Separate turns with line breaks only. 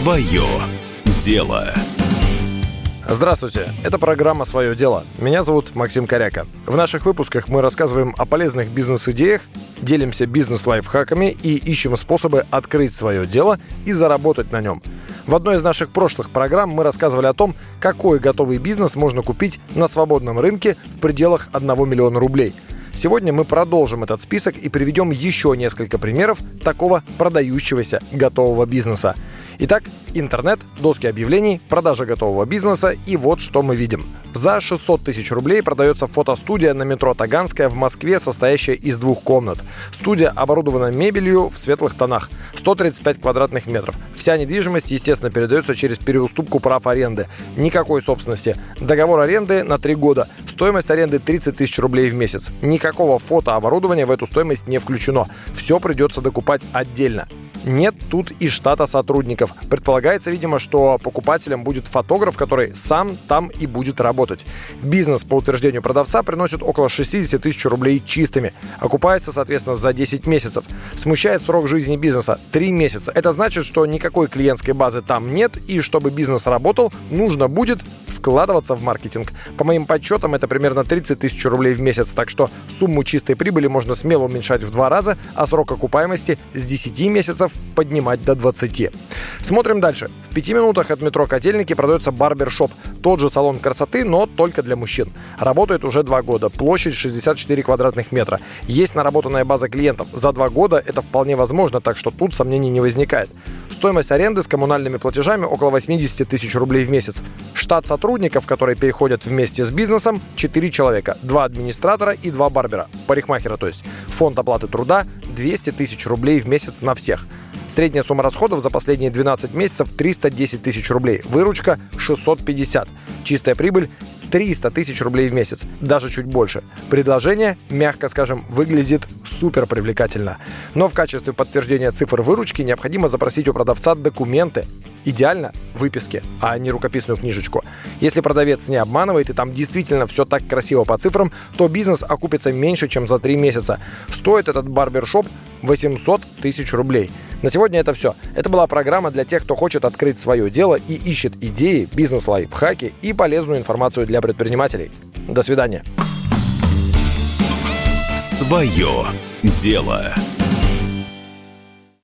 Свое дело.
Здравствуйте, это программа «Свое дело». Меня зовут Максим Коряка. В наших выпусках мы рассказываем о полезных бизнес-идеях, делимся бизнес-лайфхаками и ищем способы открыть свое дело и заработать на нем. В одной из наших прошлых программ мы рассказывали о том, какой готовый бизнес можно купить на свободном рынке в пределах 1 миллиона рублей. Сегодня мы продолжим этот список и приведем еще несколько примеров такого продающегося готового бизнеса. Итак, интернет, доски объявлений, продажа готового бизнеса, и вот что мы видим. За 600 тысяч рублей продается фотостудия на метро Таганская в Москве, состоящая из 2 комнат. Студия оборудована мебелью в светлых тонах, 135 квадратных метров. Вся недвижимость, естественно, передается через переуступку прав аренды. Никакой собственности. Договор аренды на 3 года. Стоимость аренды 30 тысяч рублей в месяц. Никакого фотооборудования в эту стоимость не включено. Все придется докупать отдельно. Нет тут и штата сотрудников. Предполагается, видимо, что покупателем будет фотограф, который сам там и будет работать. Бизнес, по утверждению продавца, приносит около 60 тысяч рублей чистыми. Окупается, соответственно, за 10 месяцев. Смущает срок жизни бизнеса – 3 месяца. Это значит, что никакой клиентской базы там нет, и чтобы бизнес работал, нужно будет вкладываться в маркетинг. По моим подсчетам, это примерно 30 тысяч рублей в месяц, так что сумму чистой прибыли можно смело уменьшать в 2 раза, а срок окупаемости с 10 месяцев поднимать до 20. Смотрим дальше. В 5 минутах от метро Котельники продается барбершоп. Тот же салон красоты, но только для мужчин. Работает уже 2 года. Площадь 64 квадратных метра. Есть наработанная база клиентов. За 2 года это вполне возможно, так что тут сомнений не возникает. Стоимость аренды с коммунальными платежами около 80 тысяч рублей в месяц. Штат сотрудников, которые переходят вместе с бизнесом, 4 человека. 2 администратора и 2 барбера. Парикмахера, то есть. Фонд оплаты труда 200 тысяч рублей в месяц на всех. Средняя сумма расходов за последние 12 месяцев 310 тысяч рублей. Выручка 650. Чистая прибыль 300 тысяч рублей в месяц. Даже чуть больше. Предложение, мягко скажем, выглядит супер привлекательно. Но в качестве подтверждения цифр выручки необходимо запросить у продавца документы. Идеально выписки, а не рукописную книжечку. Если продавец не обманывает и там действительно все так красиво по цифрам, то бизнес окупится меньше, чем за 3 месяца. Стоит этот барбершоп 800 тысяч рублей. На сегодня это все. Это была программа для тех, кто хочет открыть свое дело и ищет идеи, бизнес-лайфхаки и полезную информацию для предпринимателей. До свидания.
Свое дело.